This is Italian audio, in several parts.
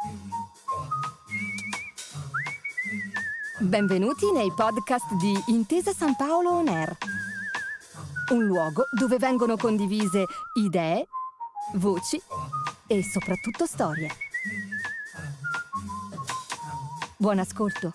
Benvenuti nei podcast di Intesa San Paolo On Air, un luogo dove vengono condivise idee, voci e soprattutto storie. Buon ascolto.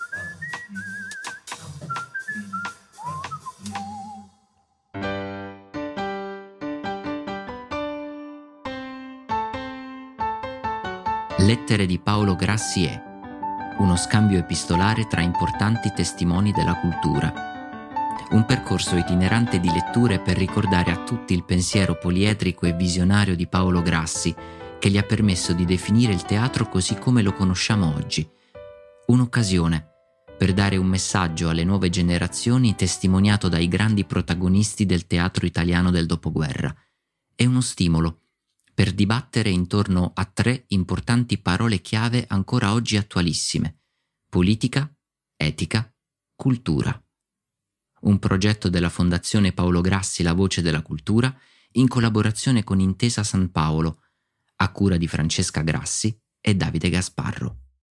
Lettere di Paolo Grassi è uno scambio epistolare tra importanti testimoni della cultura, un percorso itinerante di letture per ricordare a tutti il pensiero poliedrico e visionario di Paolo Grassi, che gli ha permesso di definire il teatro così come lo conosciamo oggi. Un'occasione per dare un messaggio alle nuove generazioni testimoniato dai grandi protagonisti del teatro italiano del dopoguerra. È uno stimolo per dibattere intorno a 3 importanti parole chiave ancora oggi attualissime: politica, etica, cultura. Un progetto della Fondazione Paolo Grassi La Voce della Cultura in collaborazione con Intesa San Paolo, a cura di Francesca Grassi e Davide Gasparro.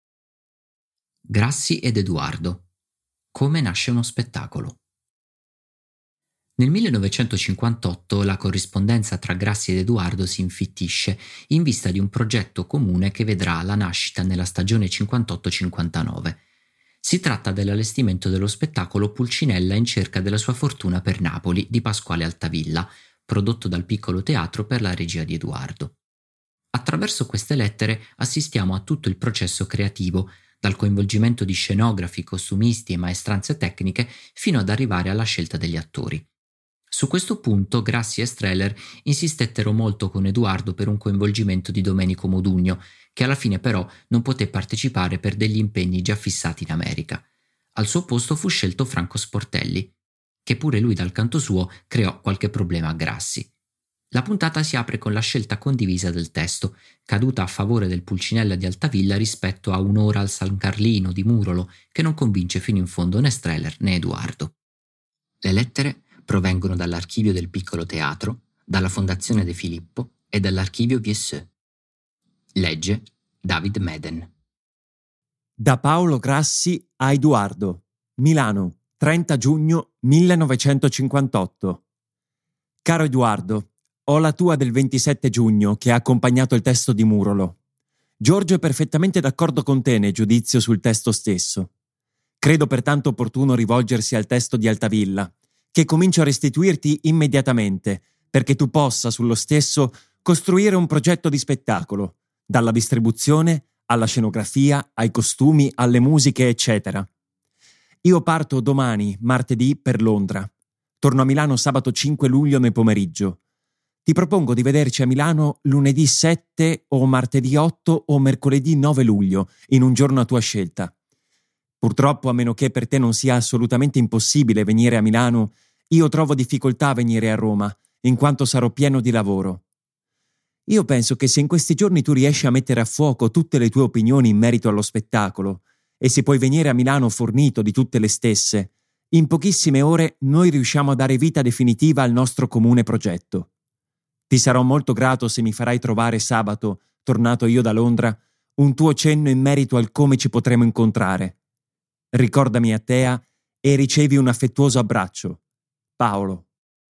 Grassi ed Edoardo. Come nasce uno spettacolo? Nel 1958 la corrispondenza tra Grassi ed Edoardo si infittisce in vista di un progetto comune che vedrà la nascita nella stagione 58-59. Si tratta dell'allestimento dello spettacolo Pulcinella in cerca della sua fortuna per Napoli di Pasquale Altavilla, prodotto dal Piccolo Teatro per la regia di Edoardo. Attraverso queste lettere assistiamo a tutto il processo creativo, dal coinvolgimento di scenografi, costumisti e maestranze tecniche fino ad arrivare alla scelta degli attori. Su questo punto Grassi e Streller insistettero molto con Edoardo per un coinvolgimento di Domenico Modugno, che alla fine però non poté partecipare per degli impegni già fissati in America. Al suo posto fu scelto Franco Sportelli, che pure lui dal canto suo creò qualche problema a Grassi. La puntata si apre con la scelta condivisa del testo, caduta a favore del Pulcinella di Altavilla rispetto a Un'ora al San Carlino di Murolo, che non convince fino in fondo né Streller né Edoardo. Le lettere provengono dall'archivio del Piccolo Teatro, dalla Fondazione De Filippo e dall'archivio Viesseux. Legge David Meden. Da Paolo Grassi a Edoardo, Milano, 30 giugno 1958. Caro Edoardo, ho la tua del 27 giugno che ha accompagnato il testo di Murolo. Giorgio è perfettamente d'accordo con te nel giudizio sul testo stesso. Credo pertanto opportuno rivolgersi al testo di Altavilla, che comincio a restituirti immediatamente, perché tu possa, sullo stesso, costruire un progetto di spettacolo, dalla distribuzione alla scenografia, ai costumi, alle musiche, eccetera. Io parto domani, martedì, per Londra. Torno a Milano sabato 5 luglio nel pomeriggio. Ti propongo di vederci a Milano lunedì 7 o martedì 8 o mercoledì 9 luglio, in un giorno a tua scelta. Purtroppo, a meno che per te non sia assolutamente impossibile venire a Milano, io trovo difficoltà a venire a Roma, in quanto sarò pieno di lavoro. Io penso che se in questi giorni tu riesci a mettere a fuoco tutte le tue opinioni in merito allo spettacolo, e se puoi venire a Milano fornito di tutte le stesse, in pochissime ore noi riusciamo a dare vita definitiva al nostro comune progetto. Ti sarò molto grato se mi farai trovare sabato, tornato io da Londra, un tuo cenno in merito al come ci potremo incontrare. Ricordami a Tea e ricevi un affettuoso abbraccio. Paolo.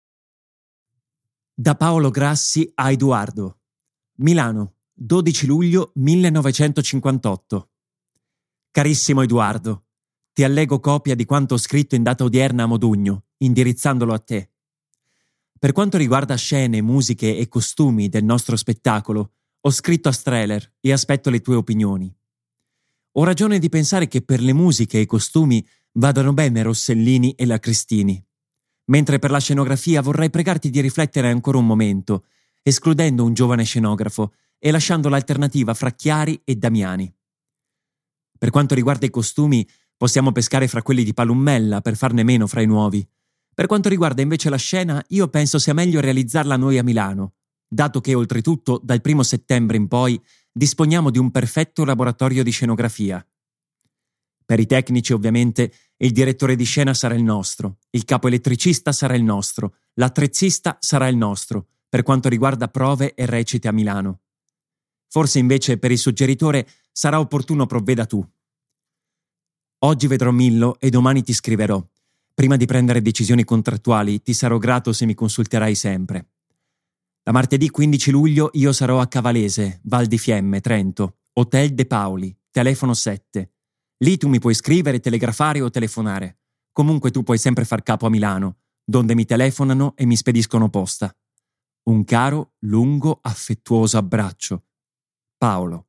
Da Paolo Grassi a Edoardo. Milano, 12 luglio 1958. Carissimo Edoardo, ti allego copia di quanto ho scritto in data odierna a Modugno, indirizzandolo a te. Per quanto riguarda scene, musiche e costumi del nostro spettacolo, ho scritto a Streller e aspetto le tue opinioni. Ho ragione di pensare che per le musiche e i costumi vadano bene Rossellini e la Cristini, mentre per la scenografia vorrei pregarti di riflettere ancora un momento, escludendo un giovane scenografo e lasciando l'alternativa fra Chiari e Damiani. Per quanto riguarda i costumi, possiamo pescare fra quelli di Palummella per farne meno fra i nuovi. Per quanto riguarda invece la scena, io penso sia meglio realizzarla noi a Milano, dato che oltretutto dal 1 settembre in poi disponiamo di un perfetto laboratorio di scenografia. Per i tecnici, ovviamente, il direttore di scena sarà il nostro, il capo elettricista sarà il nostro, l'attrezzista sarà il nostro, per quanto riguarda prove e recite a Milano. Forse invece per il suggeritore sarà opportuno provveda tu. Oggi vedrò Millo e domani ti scriverò. Prima di prendere decisioni contrattuali ti sarò grato se mi consulterai sempre. Da martedì 15 luglio io sarò a Cavalese, Val di Fiemme, Trento, Hotel De Paoli, telefono 7. Lì tu mi puoi scrivere, telegrafare o telefonare. Comunque tu puoi sempre far capo a Milano, donde mi telefonano e mi spediscono posta. Un caro, lungo, affettuoso abbraccio. Paolo.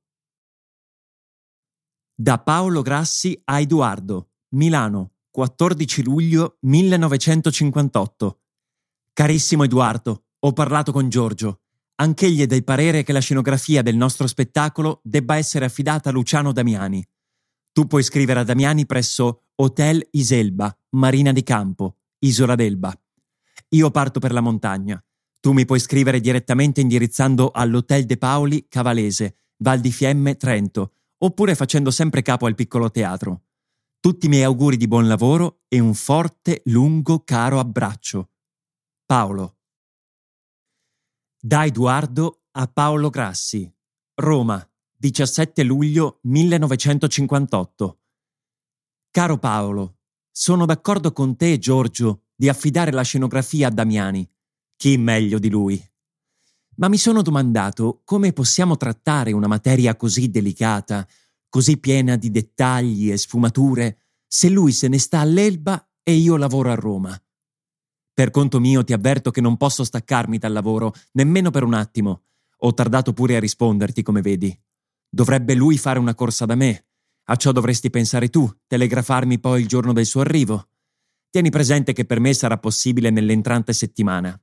Da Paolo Grassi a Edoardo, Milano, 14 luglio 1958. Carissimo Edoardo, ho parlato con Giorgio. Anch'egli è del parere che la scenografia del nostro spettacolo debba essere affidata a Luciano Damiani. Tu puoi scrivere a Damiani presso Hotel Iselba, Marina di Campo, Isola d'Elba. Io parto per la montagna. Tu mi puoi scrivere direttamente indirizzando all'Hotel De Paoli, Cavalese, Val di Fiemme, Trento, oppure facendo sempre capo al piccolo teatro. Tutti i miei auguri di buon lavoro e un forte, lungo, caro abbraccio. Paolo. Da Edoardo a Paolo Grassi. Roma, 17 luglio 1958. Caro Paolo, sono d'accordo con te e Giorgio di affidare la scenografia a Damiani. Chi meglio di lui? Ma mi sono domandato come possiamo trattare una materia così delicata, così piena di dettagli e sfumature, se lui se ne sta all'Elba e io lavoro a Roma. Per conto mio ti avverto che non posso staccarmi dal lavoro, nemmeno per un attimo. Ho tardato pure a risponderti, come vedi. Dovrebbe lui fare una corsa da me. A ciò dovresti pensare tu, telegrafarmi poi il giorno del suo arrivo. Tieni presente che per me sarà possibile nell'entrante settimana.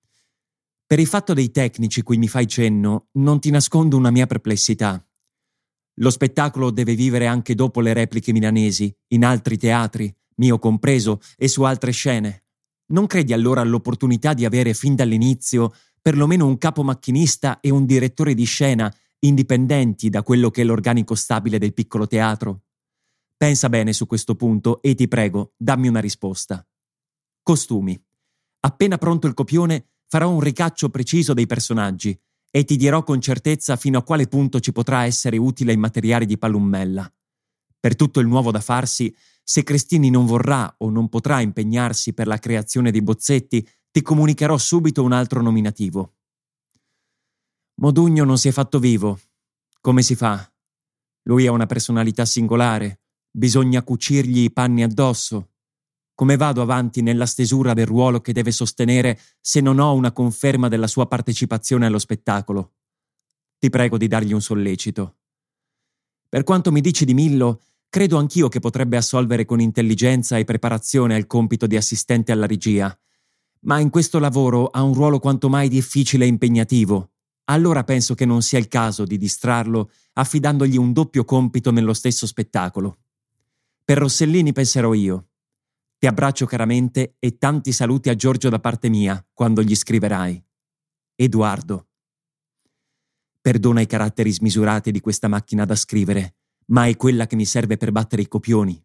Per il fatto dei tecnici cui mi fai cenno, non ti nascondo una mia perplessità. Lo spettacolo deve vivere anche dopo le repliche milanesi, in altri teatri, mio compreso, e su altre scene. Non credi allora all'opportunità di avere fin dall'inizio perlomeno un capomacchinista e un direttore di scena indipendenti da quello che è l'organico stabile del piccolo teatro? Pensa bene su questo punto e ti prego, dammi una risposta. Costumi. Appena pronto il copione, farò un ricaccio preciso dei personaggi e ti dirò con certezza fino a quale punto ci potrà essere utile il materiale di Palummella. Per tutto il nuovo da farsi, se Cristini non vorrà o non potrà impegnarsi per la creazione dei bozzetti, ti comunicherò subito un altro nominativo. Modugno non si è fatto vivo. Come si fa? Lui ha una personalità singolare. Bisogna cucirgli i panni addosso. Come vado avanti nella stesura del ruolo che deve sostenere se non ho una conferma della sua partecipazione allo spettacolo? Ti prego di dargli un sollecito. Per quanto mi dici di Millo, credo anch'io che potrebbe assolvere con intelligenza e preparazione al compito di assistente alla regia, ma in questo lavoro ha un ruolo quanto mai difficile e impegnativo. Allora penso che non sia il caso di distrarlo affidandogli un doppio compito nello stesso spettacolo. Per Rossellini penserò io. Ti abbraccio caramente e tanti saluti a Giorgio da parte mia quando gli scriverai. Edoardo. Perdona i caratteri smisurati di questa macchina da scrivere, ma è quella che mi serve per battere i copioni.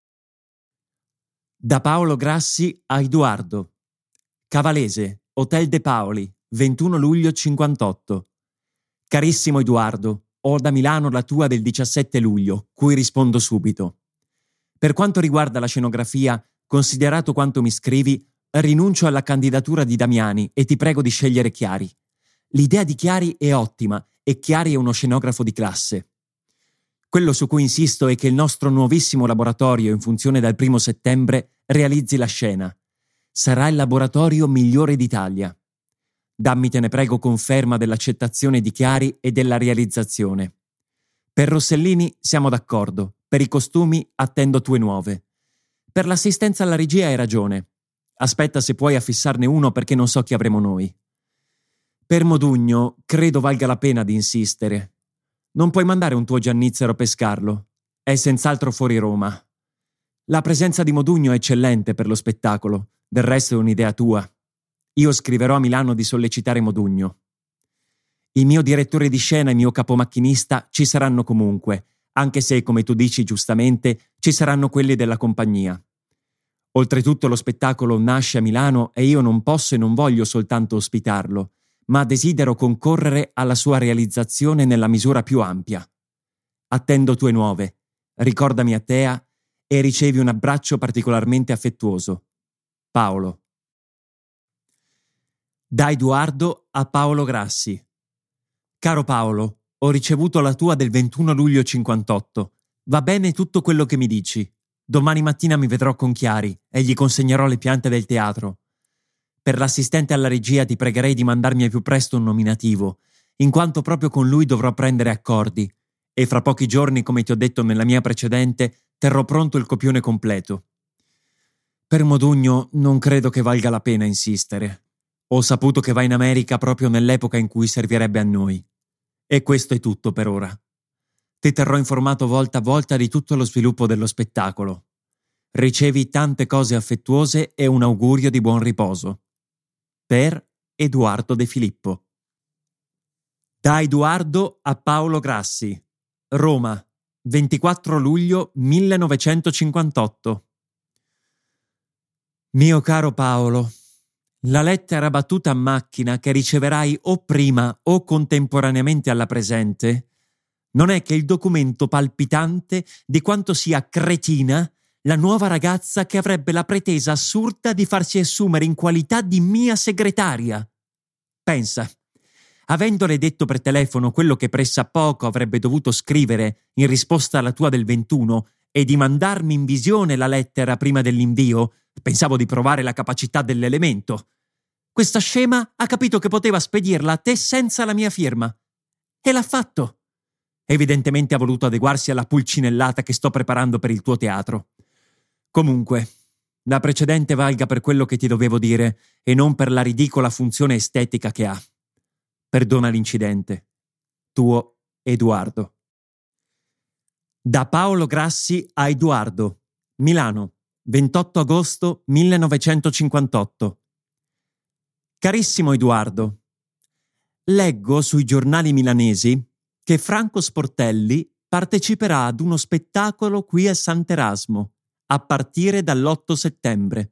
Da Paolo Grassi a Edoardo. Cavalese, Hotel De Paoli, 21 luglio 58. Carissimo Edoardo, ho da Milano la tua del 17 luglio, cui rispondo subito. Per quanto riguarda la scenografia, considerato quanto mi scrivi, rinuncio alla candidatura di Damiani e ti prego di scegliere Chiari. L'idea di Chiari è ottima e Chiari è uno scenografo di classe. Quello su cui insisto è che il nostro nuovissimo laboratorio in funzione dal 1 settembre realizzi la scena. Sarà il laboratorio migliore d'Italia. Dammi, te ne prego, conferma dell'accettazione di Chiari e della realizzazione. Per Rossellini siamo d'accordo, per i costumi attendo tue nuove. Per l'assistenza alla regia hai ragione. Aspetta se puoi affissarne uno perché non so chi avremo noi. Per Modugno credo valga la pena di insistere. Non puoi mandare un tuo Giannizzero a pescarlo. È senz'altro fuori Roma. La presenza di Modugno è eccellente per lo spettacolo, del resto è un'idea tua. Io scriverò a Milano di sollecitare Modugno. Il mio direttore di scena e il mio capomacchinista ci saranno comunque, anche se, come tu dici giustamente, ci saranno quelli della compagnia. Oltretutto lo spettacolo nasce a Milano e io non posso e non voglio soltanto ospitarlo, ma desidero concorrere alla sua realizzazione nella misura più ampia. Attendo tue nuove, ricordami a Tea e ricevi un abbraccio particolarmente affettuoso. Paolo. Da Edoardo a Paolo Grassi. Caro Paolo, ho ricevuto la tua del 21 luglio 58. Va bene tutto quello che mi dici. Domani mattina mi vedrò con Chiari e gli consegnerò le piante del teatro. Per l'assistente alla regia ti pregherei di mandarmi al più presto un nominativo, in quanto proprio con lui dovrò prendere accordi, e fra pochi giorni, come ti ho detto nella mia precedente, terrò pronto il copione completo. Per Modugno non credo che valga la pena insistere. Ho saputo che va in America proprio nell'epoca in cui servirebbe a noi. E questo è tutto per ora. Ti terrò informato volta a volta di tutto lo sviluppo dello spettacolo. Ricevi tante cose affettuose e un augurio di buon riposo. Per Edoardo De Filippo. Da Edoardo a Paolo Grassi. Roma, 24 luglio 1958. Mio caro Paolo, la lettera battuta a macchina che riceverai o prima o contemporaneamente alla presente non è che il documento palpitante di quanto sia cretina la nuova ragazza che avrebbe la pretesa assurda di farsi assumere in qualità di mia segretaria. Pensa, avendole detto per telefono quello che pressappoco avrebbe dovuto scrivere in risposta alla tua del 21 e di mandarmi in visione la lettera prima dell'invio, pensavo di provare la capacità dell'elemento. Questa scema ha capito che poteva spedirla a te senza la mia firma. E l'ha fatto. Evidentemente ha voluto adeguarsi alla pulcinellata che sto preparando per il tuo teatro. Comunque, la precedente valga per quello che ti dovevo dire e non per la ridicola funzione estetica che ha. Perdona l'incidente. Tuo Edoardo. Da Paolo Grassi a Edoardo. Milano, 28 agosto 1958. Carissimo Edoardo, leggo sui giornali milanesi che Franco Sportelli parteciperà ad uno spettacolo qui a Sant'Erasmo a partire dall'8 settembre.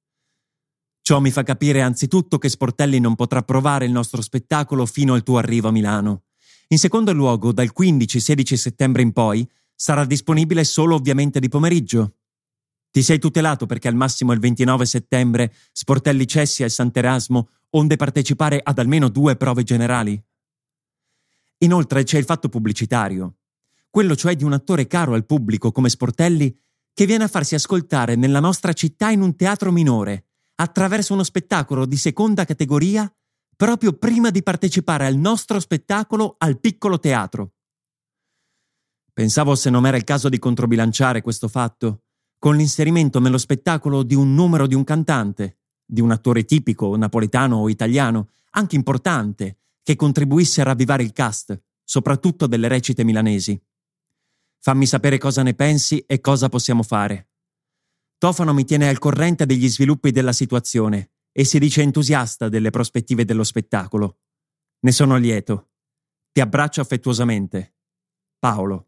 Ciò mi fa capire anzitutto che Sportelli non potrà provare il nostro spettacolo fino al tuo arrivo a Milano. In secondo luogo, dal 15-16 settembre in poi sarà disponibile solo ovviamente di pomeriggio. Ti sei tutelato perché al massimo il 29 settembre Sportelli cessi al Sant'Erasmo onde partecipare ad almeno 2 prove generali. Inoltre c'è il fatto pubblicitario, quello cioè di un attore caro al pubblico come Sportelli che viene a farsi ascoltare nella nostra città in un teatro minore, attraverso uno spettacolo di seconda categoria, proprio prima di partecipare al nostro spettacolo al piccolo teatro. Pensavo se non era il caso di controbilanciare questo fatto, con l'inserimento nello spettacolo di un numero di un cantante, di un attore tipico, napoletano o italiano, anche importante, che contribuisse a ravvivare il cast, soprattutto delle recite milanesi. Fammi sapere cosa ne pensi e cosa possiamo fare. Tofano mi tiene al corrente degli sviluppi della situazione e si dice entusiasta delle prospettive dello spettacolo. Ne sono lieto. Ti abbraccio affettuosamente. Paolo.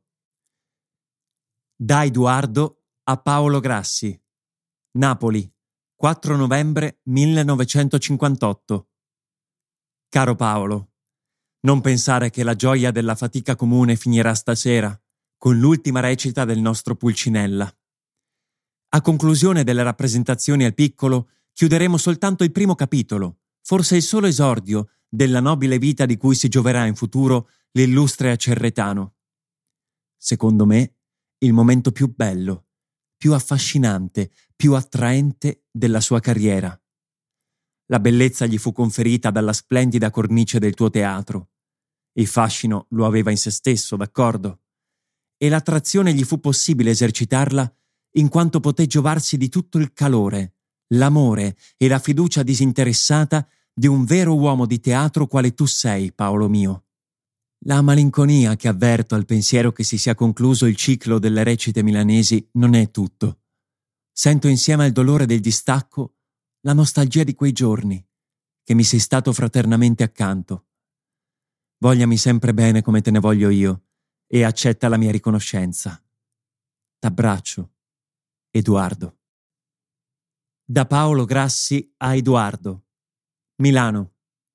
Da Edoardo a Paolo Grassi. Napoli, 4 novembre 1958. Caro Paolo, non pensare che la gioia della fatica comune finirà stasera, con l'ultima recita del nostro Pulcinella. A conclusione delle rappresentazioni al piccolo, chiuderemo soltanto il primo capitolo, forse il solo esordio, della nobile vita di cui si gioverà in futuro l'illustre Acerretano. Secondo me, il momento più bello, più affascinante, più attraente della sua carriera. La bellezza gli fu conferita dalla splendida cornice del tuo teatro. Il fascino lo aveva in se stesso, d'accordo? E l'attrazione gli fu possibile esercitarla in quanto poté giovarsi di tutto il calore, l'amore e la fiducia disinteressata di un vero uomo di teatro quale tu sei, Paolo mio. La malinconia che avverto al pensiero che si sia concluso il ciclo delle recite milanesi non è tutto. Sento insieme al dolore del distacco la nostalgia di quei giorni, che mi sei stato fraternamente accanto. Vogliami sempre bene come te ne voglio io e accetta la mia riconoscenza. T'abbraccio, Edoardo. Da Paolo Grassi a Edoardo. Milano,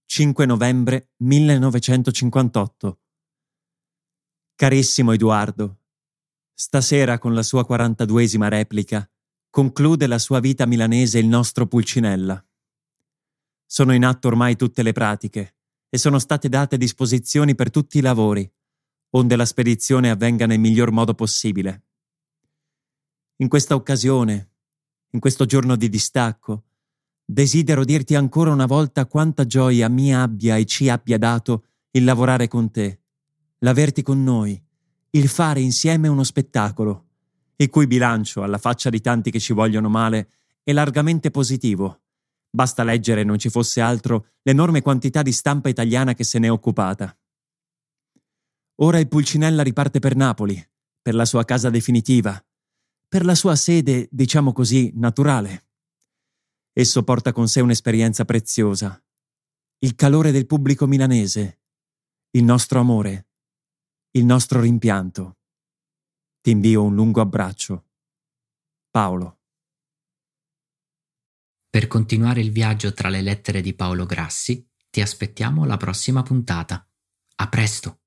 5 novembre 1958. Carissimo Edoardo, stasera con la sua 42esima replica conclude la sua vita milanese il nostro Pulcinella. Sono in atto ormai tutte le pratiche e sono state date disposizioni per tutti i lavori, onde la spedizione avvenga nel miglior modo possibile. In questa occasione, in questo giorno di distacco, desidero dirti ancora una volta quanta gioia mi abbia e ci abbia dato il lavorare con te, l'averti con noi, il fare insieme uno spettacolo, il cui bilancio, alla faccia di tanti che ci vogliono male, è largamente positivo. Basta leggere, non ci fosse altro, l'enorme quantità di stampa italiana che se n'è occupata. Ora il Pulcinella riparte per Napoli, per la sua casa definitiva, per la sua sede, diciamo così, naturale. Esso porta con sé un'esperienza preziosa, il calore del pubblico milanese, il nostro amore, il nostro rimpianto. Ti invio un lungo abbraccio. Paolo. Per continuare il viaggio tra le lettere di Paolo Grassi, ti aspettiamo alla prossima puntata. A presto!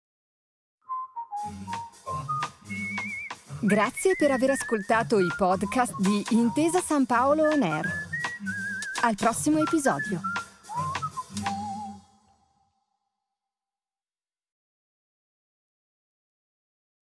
Grazie per aver ascoltato i podcast di Intesa San Paolo On Air. Al prossimo episodio.